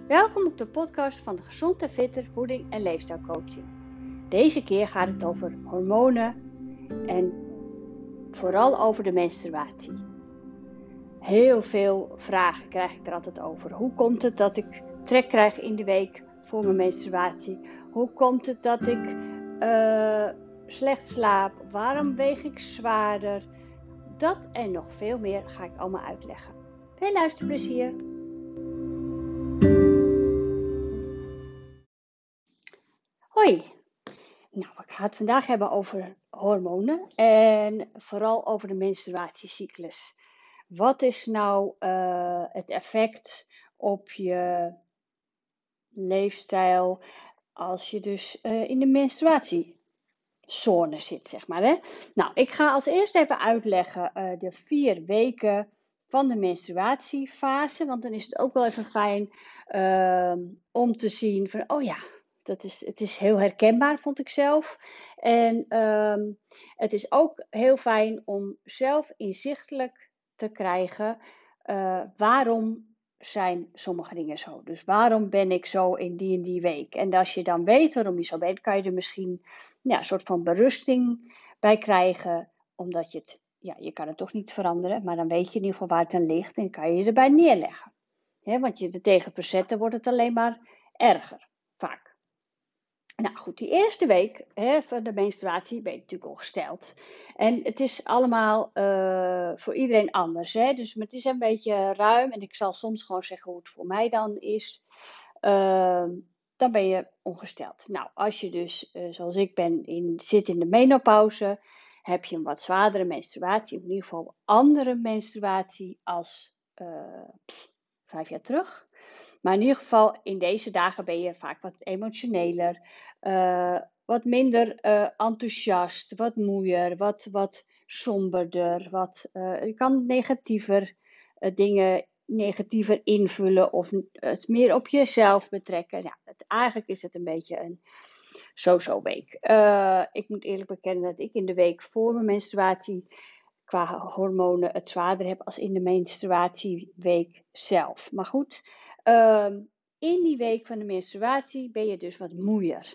Welkom op de podcast van de Gezond en Fitter Voeding en Leefstijlcoaching. Deze keer gaat het over hormonen en vooral over de menstruatie. Heel veel vragen krijg ik er altijd over. Hoe komt het dat ik trek krijg in de week voor mijn menstruatie? Hoe komt het dat ik slecht slaap? Waarom weeg ik zwaarder? Dat en nog veel meer ga ik allemaal uitleggen. Veel luisterplezier! Hoi! Nou, ik ga het vandaag hebben over hormonen en vooral over de menstruatiecyclus. Wat is nou het effect op je leefstijl als je dus in de menstruatiezone zit, zeg maar, hè? Nou, ik ga als eerst even uitleggen de 4 weken van de menstruatiefase, want dan is het ook wel even fijn om te zien van, oh ja, het is heel herkenbaar, vond ik zelf. En het is ook heel fijn om zelf inzichtelijk te krijgen waarom zijn sommige dingen zo. Dus waarom ben ik zo in die en die week? En als je dan weet waarom je zo bent, kan je er misschien een soort van berusting bij krijgen. Omdat je kan het toch niet veranderen, maar dan weet je in ieder geval waar het aan ligt en kan je je erbij neerleggen. Want je er tegen verzetten wordt het alleen maar erger, vaak. Nou goed, die eerste week van de menstruatie ben je natuurlijk ongesteld. En het is allemaal voor iedereen anders. Dus het is een beetje ruim. En ik zal soms gewoon zeggen hoe het voor mij dan is. Dan ben je ongesteld. Nou, als je dus, zoals ik ben, zit in de menopauze, heb je een wat zwaardere menstruatie. In ieder geval andere menstruatie als 5 jaar terug. Maar in ieder geval, in deze dagen ben je vaak wat emotioneler, wat minder enthousiast, wat moeier, wat somberder. Je kan negatiever invullen of het meer op jezelf betrekken. Ja, eigenlijk is het een beetje een zo-zo week. Ik moet eerlijk bekennen dat ik in de week voor mijn menstruatie qua hormonen het zwaarder heb als in de menstruatieweek zelf. Maar goed, in die week van de menstruatie ben je dus wat moeier.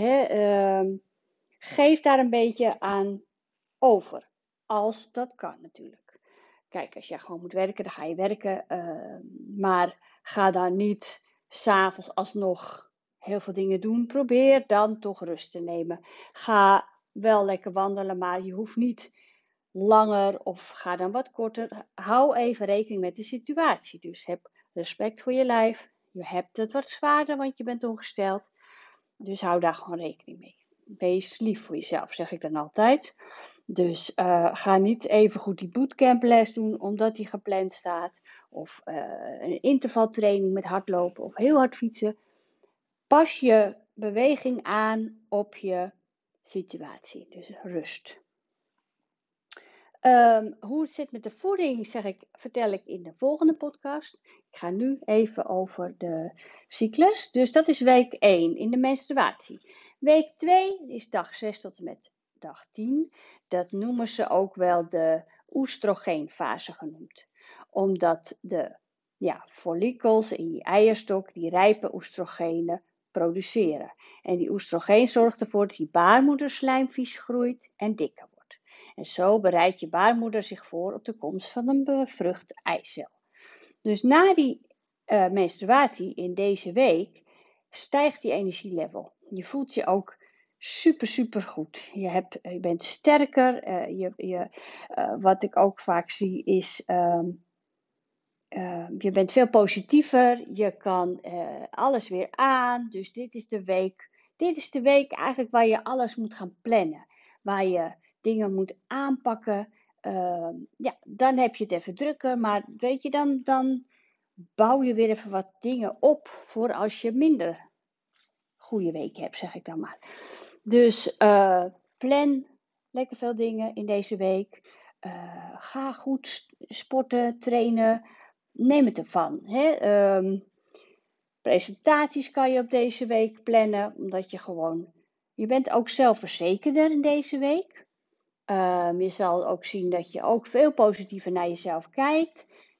Geef daar een beetje aan over. Als dat kan natuurlijk. Kijk, als jij gewoon moet werken, dan ga je werken. Maar ga dan niet 's avonds alsnog heel veel dingen doen. Probeer dan toch rust te nemen. Ga wel lekker wandelen, maar je hoeft niet langer of ga dan wat korter. Hou even rekening met de situatie. Dus heb respect voor je lijf. Je hebt het wat zwaarder, want je bent ongesteld. Dus hou daar gewoon rekening mee. Wees lief voor jezelf, zeg ik dan altijd. Dus ga niet even goed die bootcamples doen omdat die gepland staat. Of een intervaltraining met hardlopen of heel hard fietsen. Pas je beweging aan op je situatie. Dus rust. Hoe het zit met de voeding vertel ik in de volgende podcast. Ik ga nu even over de cyclus. Dus dat is week 1 in de menstruatie. Week 2 is dag 6 tot en met dag 10. Dat noemen ze ook wel de oestrogeenfase genoemd. Omdat de follicels in je eierstok die rijpe oestrogenen produceren. En die oestrogeen zorgt ervoor dat die baarmoederslijm vies groeit en dikker wordt. En zo bereidt je baarmoeder zich voor op de komst van een bevrucht eicel. Dus na die menstruatie in deze week stijgt die energielevel. Je voelt je ook super goed. Je bent sterker. Wat ik ook vaak zie is je bent veel positiever. Je kan alles weer aan. Dus dit is de week eigenlijk waar je alles moet gaan plannen. Waar je dingen moet aanpakken. Dan heb je het even drukker. Maar weet je, dan bouw je weer even wat dingen op voor als je minder goede week hebt, zeg ik dan maar. Dus plan lekker veel dingen in deze week. Ga goed sporten, trainen. Neem het ervan. Presentaties kan je op deze week plannen, omdat je bent ook zelfverzekerder in deze week. Je zal ook zien dat je ook veel positiever naar jezelf kijkt.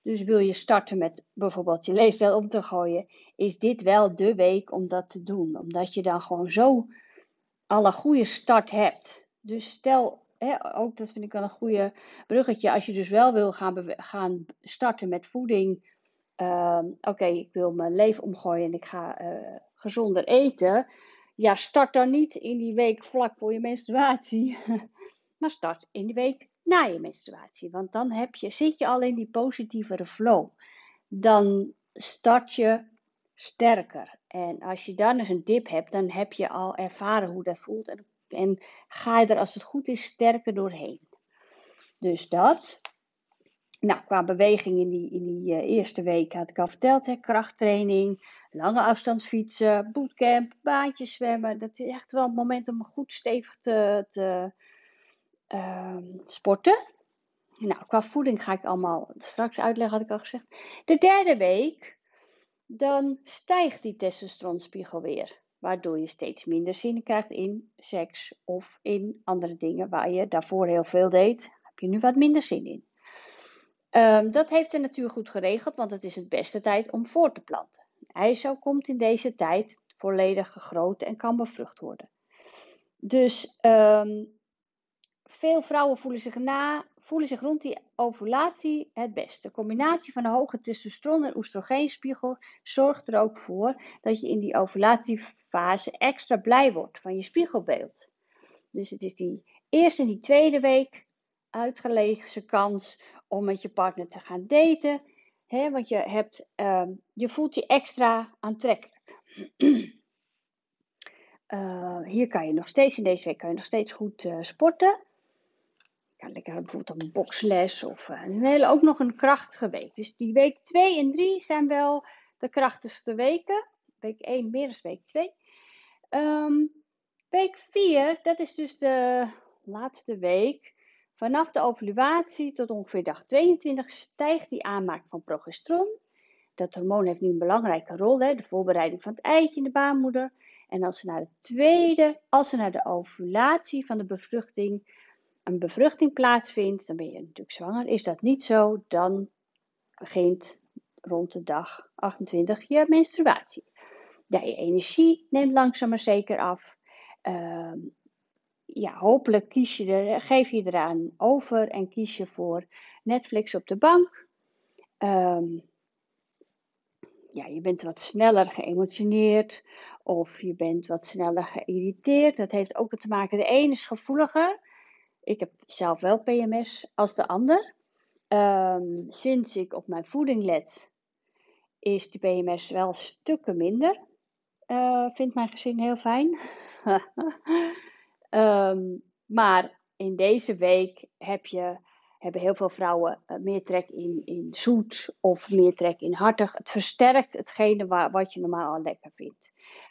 Dus wil je starten met bijvoorbeeld je leefstijl om te gooien, is dit wel de week om dat te doen. Omdat je dan gewoon zo al een goede start hebt. Dus stel, ook dat vind ik wel een goede bruggetje, als je dus wel wil gaan starten met voeding. Oké, ik wil mijn leven omgooien en ik ga gezonder eten. Ja, start dan niet in die week vlak voor je menstruatie, maar start in de week na je menstruatie. Want dan zit je al in die positievere flow. Dan start je sterker. En als je dan eens een dip hebt, dan heb je al ervaren hoe dat voelt. En ga je er, als het goed is, sterker doorheen. Dus dat. Nou, qua beweging in die eerste week had ik al verteld. Hè, krachttraining, lange afstandsfietsen, bootcamp, baantjes zwemmen. Dat is echt wel het moment om goed stevig te sporten. Nou, qua voeding ga ik allemaal straks uitleggen, had ik al gezegd. De derde week, dan stijgt die testosteronspiegel weer. Waardoor je steeds minder zin krijgt in seks of in andere dingen waar je daarvoor heel veel deed. Heb je nu wat minder zin in. Dat heeft de natuur goed geregeld, want het is het beste tijd om voor te planten. IJzer komt in deze tijd volledig gegroot en kan bevrucht worden. Dus veel vrouwen voelen zich rond die ovulatie het best. De combinatie van een hoge testosteron en oestrogeenspiegel zorgt er ook voor dat je in die ovulatiefase extra blij wordt van je spiegelbeeld. Dus het is die eerste en die tweede week uitgelezen kans om met je partner te gaan daten. Want je voelt je extra aantrekkelijk. Hier kan je nog steeds, in deze week kan je nog steeds goed sporten. Ja, lekker bijvoorbeeld een boksles of ook nog een krachtige week. Dus die week 2 en 3 zijn wel de krachtigste weken. Week 1 meer dan week 2. Week 4, dat is dus de laatste week. Vanaf de ovulatie tot ongeveer dag 22 stijgt die aanmaak van progesteron. Dat hormoon heeft nu een belangrijke rol, de voorbereiding van het eitje in de baarmoeder. En als er naar de ovulatie van de bevruchting een bevruchting plaatsvindt, dan ben je natuurlijk zwanger. Is dat niet zo, dan begint rond de dag 28 je menstruatie. Ja, je energie neemt langzaam maar zeker af. Hopelijk geef je eraan over en kies je voor Netflix op de bank. Je bent wat sneller geëmotioneerd of je bent wat sneller geïrriteerd. Dat heeft ook te maken, de ene is gevoeliger. Ik heb zelf wel PMS als de ander. Sinds ik op mijn voeding let, is die PMS wel stukken minder. Vindt mijn gezin heel fijn. Maar in deze week hebben heel veel vrouwen meer trek in zoet of meer trek in hartig. Het versterkt hetgene wat je normaal al lekker vindt.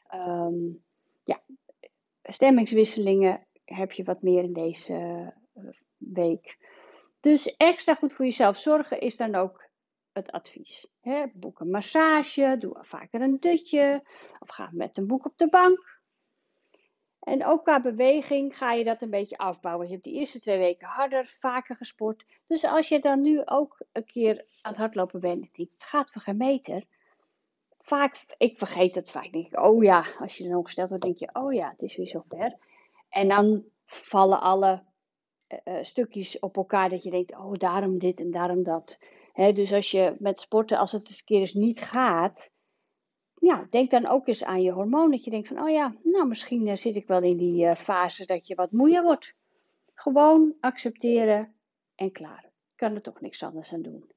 Stemmingswisselingen heb je wat meer in deze week. Dus extra goed voor jezelf zorgen is dan ook het advies. Boek een massage, doe vaker een dutje of ga met een boek op de bank. En ook qua beweging ga je dat een beetje afbouwen. Je hebt de eerste 2 weken harder, vaker gesport. Dus als je dan nu ook een keer aan het hardlopen bent en denkt, het gaat voor geen meter. Ik vergeet het vaak. Denk ik, oh ja, als je dan ongesteld wordt, denk je, oh ja, het is weer zover. En dan vallen alle stukjes op elkaar dat je denkt, oh daarom dit en daarom dat. Dus als je met sporten, als het een keer eens niet gaat, denk dan ook eens aan je hormoon. Dat je denkt van, oh ja, nou misschien zit ik wel in die fase dat je wat moeier wordt. Gewoon accepteren en klaar. Ik kan er toch niks anders aan doen.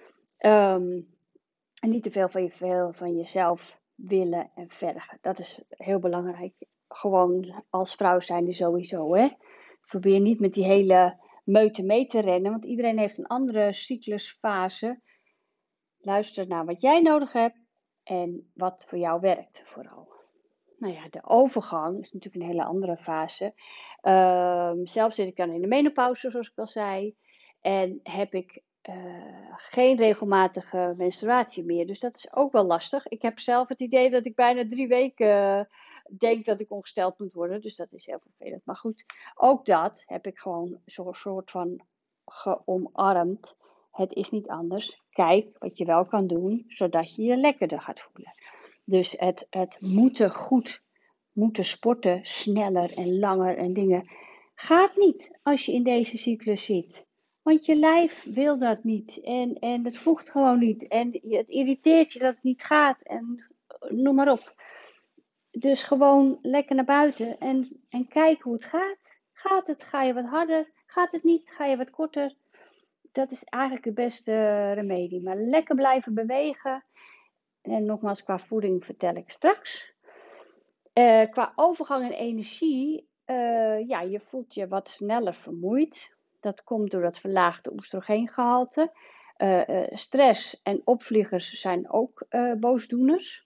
En niet te veel van jezelf willen en vergen. Dat is heel belangrijk. Gewoon als vrouw zijnde sowieso. Probeer niet met die hele meute mee te rennen. Want iedereen heeft een andere cyclusfase. Luister naar wat jij nodig hebt. En wat voor jou werkt vooral. De overgang is natuurlijk een hele andere fase. Zelf zit ik dan in de menopauze, zoals ik al zei. En heb ik geen regelmatige menstruatie meer. Dus dat is ook wel lastig. Ik heb zelf het idee dat ik bijna 3 weken denk dat ik ongesteld moet worden. Dus dat is heel vervelend. Maar goed, ook dat heb ik gewoon zo'n soort van geomarmd. Het is niet anders. Kijk wat je wel kan doen, zodat je je lekkerder gaat voelen. Dus het moeten sporten, sneller en langer en dingen, gaat niet als je in deze cyclus zit. Want je lijf wil dat niet en het voegt gewoon niet. En het irriteert je dat het niet gaat en noem maar op. Dus gewoon lekker naar buiten en kijken hoe het gaat. Gaat het, ga je wat harder. Gaat het niet, ga je wat korter. Dat is eigenlijk de beste remedie. Maar lekker blijven bewegen. En nogmaals, qua voeding vertel ik straks. Qua overgang en energie, ja, je voelt je wat sneller vermoeid. Dat komt door het verlaagde oestrogeengehalte. Stress en opvliegers zijn ook boosdoeners.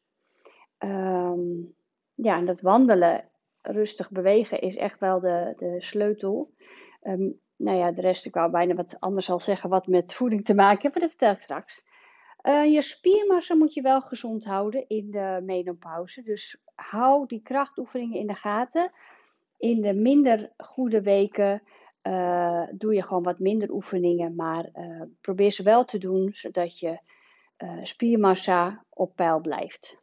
Ja, en dat wandelen, rustig bewegen is echt wel de sleutel. Nou ja, de rest, ik wou bijna wat anders al zeggen wat met voeding te maken heeft, maar dat vertel ik straks. Je spiermassa moet je wel gezond houden in de menopauze. Dus hou die krachtoefeningen in de gaten. In de minder goede weken doe je gewoon wat minder oefeningen. Maar probeer ze wel te doen, zodat je spiermassa op peil blijft.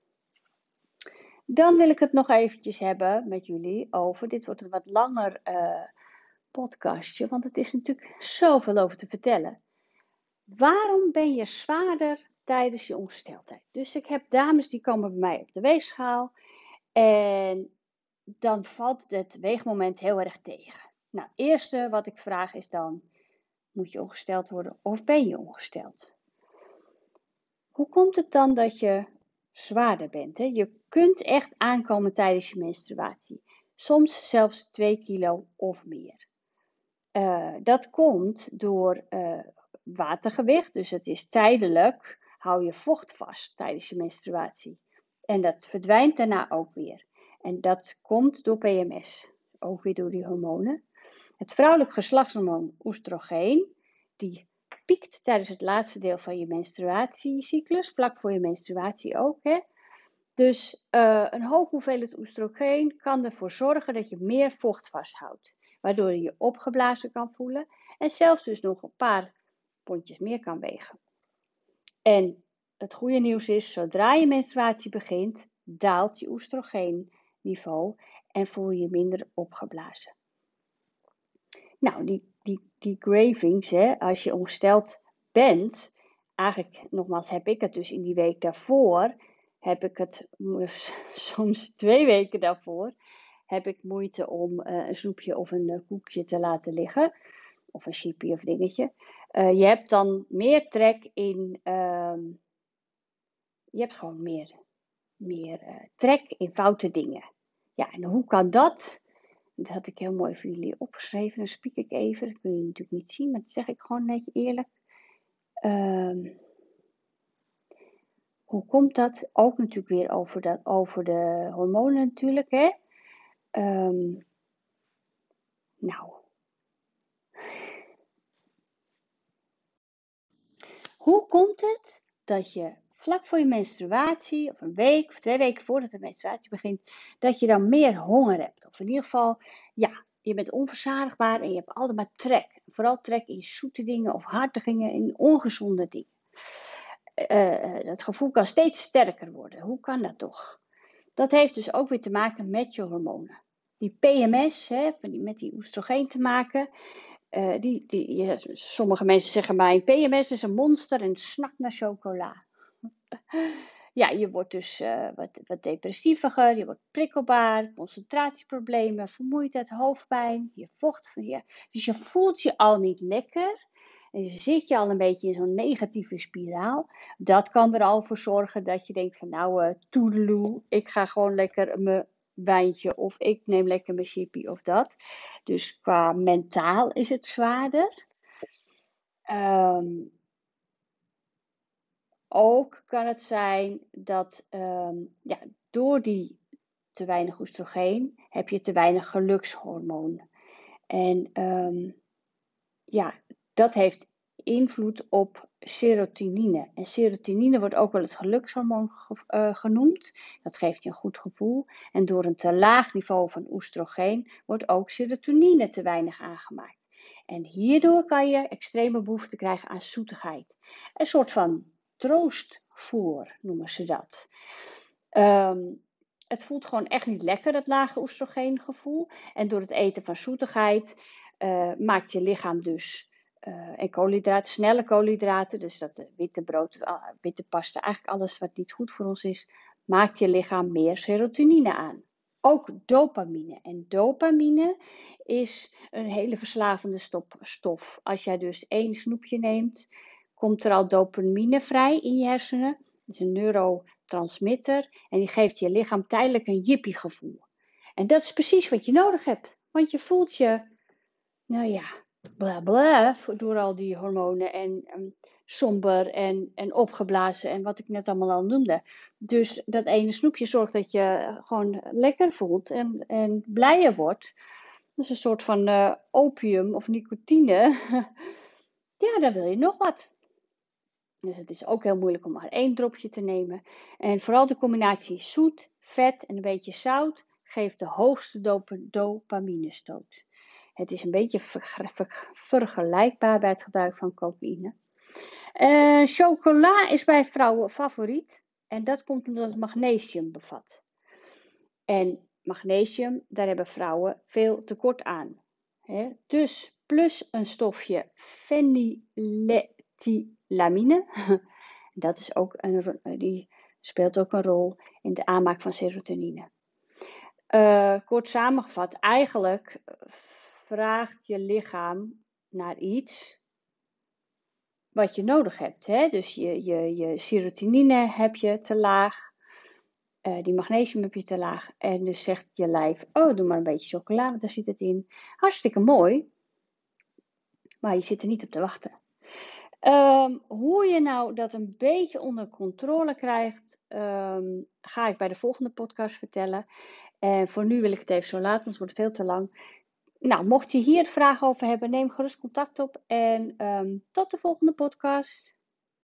Dan wil ik het nog eventjes hebben met jullie over, dit wordt een wat langer podcastje, want het is natuurlijk zoveel over te vertellen. Waarom ben je zwaarder tijdens je ongesteldheid? Dus ik heb dames die komen bij mij op de weegschaal en dan valt het weegmoment heel erg tegen. Nou, het eerste wat ik vraag is dan, moet je ongesteld worden of ben je ongesteld? Hoe komt het dan dat je zwaarder bent? Hè? Je kunt echt aankomen tijdens je menstruatie. Soms zelfs 2 kilo of meer. Dat komt door watergewicht, dus het is tijdelijk, hou je vocht vast tijdens je menstruatie. En dat verdwijnt daarna ook weer. En dat komt door PMS, ook weer door die hormonen. Het vrouwelijk geslachtshormoon oestrogeen, die piekt tijdens het laatste deel van je menstruatiecyclus, vlak voor je menstruatie ook. Hè? Dus een hoge hoeveelheid oestrogeen kan ervoor zorgen dat je meer vocht vasthoudt. Waardoor je je opgeblazen kan voelen en zelfs dus nog een paar pondjes meer kan wegen. En het goede nieuws is, zodra je menstruatie begint, daalt je oestrogeenniveau en voel je je minder opgeblazen. Nou, die cravings, hè, als je ongesteld bent, eigenlijk nogmaals heb ik het dus in die week daarvoor, heb ik het soms 2 weken daarvoor, heb ik moeite om een snoepje of een koekje te laten liggen. Of een chippy of dingetje. Je hebt dan meer trek in, je hebt gewoon meer trek in foute dingen. Ja, en hoe kan dat? Dat had ik heel mooi voor jullie opgeschreven. Dan spiek ik even. Dat kun je natuurlijk niet zien, maar dat zeg ik gewoon net eerlijk. Hoe komt dat? Ook natuurlijk weer over de hormonen natuurlijk. Hè? Nou. Hoe komt het dat je vlak voor je menstruatie, of een week of 2 weken voordat de menstruatie begint, dat je dan meer honger hebt? Of in ieder geval, ja, je bent onverzadigbaar en je hebt altijd maar trek. Vooral trek in zoete dingen of harde dingen, in ongezonde dingen. Dat gevoel kan steeds sterker worden. Hoe kan dat toch? Dat heeft dus ook weer te maken met je hormonen. Die PMS, hè, met die oestrogeen te maken. Sommige mensen zeggen mijn PMS is een monster en snakt naar chocola. Ja, je wordt dus wat depressiever, je wordt prikkelbaar, concentratieproblemen, vermoeidheid, hoofdpijn, je vocht. Dus je voelt je al niet lekker. En zit je al een beetje in zo'n negatieve spiraal. Dat kan er al voor zorgen dat je denkt van nou, toedeloe, ik ga gewoon lekker mijn wijntje of ik neem lekker mijn chippy of dat. Dus qua mentaal is het zwaarder. Ook kan het zijn dat door die te weinig oestrogeen heb je te weinig gelukshormoon. En dat heeft invloed op serotonine. En serotonine wordt ook wel het gelukshormoon genoemd. Dat geeft je een goed gevoel. En door een te laag niveau van oestrogeen wordt ook serotonine te weinig aangemaakt. En hierdoor kan je extreme behoefte krijgen aan zoetigheid. Een soort van troostvoer noemen ze dat. Het voelt gewoon echt niet lekker, dat lage oestrogeengevoel. En door het eten van zoetigheid maakt je lichaam dus en koolhydraten, snelle koolhydraten, dus dat witte brood, witte pasta, eigenlijk alles wat niet goed voor ons is, maakt je lichaam meer serotonine aan. Ook dopamine. En dopamine is een hele verslavende stof. Als jij dus 1 snoepje neemt, komt er al dopamine vrij in je hersenen. Dat is een neurotransmitter en die geeft je lichaam tijdelijk een jippie gevoel. En dat is precies wat je nodig hebt. Want je voelt je, nou ja, bla bla, door al die hormonen en somber en opgeblazen en wat ik net allemaal al noemde. Dus dat ene snoepje zorgt dat je gewoon lekker voelt en blijer wordt. Dat is een soort van opium of nicotine. Ja, dan wil je nog wat. Dus het is ook heel moeilijk om maar 1 dropje te nemen. En vooral de combinatie zoet, vet en een beetje zout geeft de hoogste dopaminestoot. Het is een beetje vergelijkbaar bij het gebruik van cocaïne. Chocola is bij vrouwen favoriet. En dat komt omdat het magnesium bevat. En magnesium, daar hebben vrouwen veel tekort aan. Dus plus een stofje phenylethylamine. Dat is ook die speelt ook een rol in de aanmaak van serotonine. Kort samengevat, eigenlijk vraagt je lichaam naar iets wat je nodig hebt. Dus je serotonine heb je te laag. Die magnesium heb je te laag. En dus zegt je lijf, oh, doe maar een beetje chocola, want daar zit het in. Hartstikke mooi. Maar je zit er niet op te wachten. Hoe je nou dat een beetje onder controle krijgt, ga ik bij de volgende podcast vertellen. En voor nu wil ik het even zo laten, anders wordt het veel te lang. Nou, mocht je hier vragen over hebben, neem gerust contact op. En tot de volgende podcast.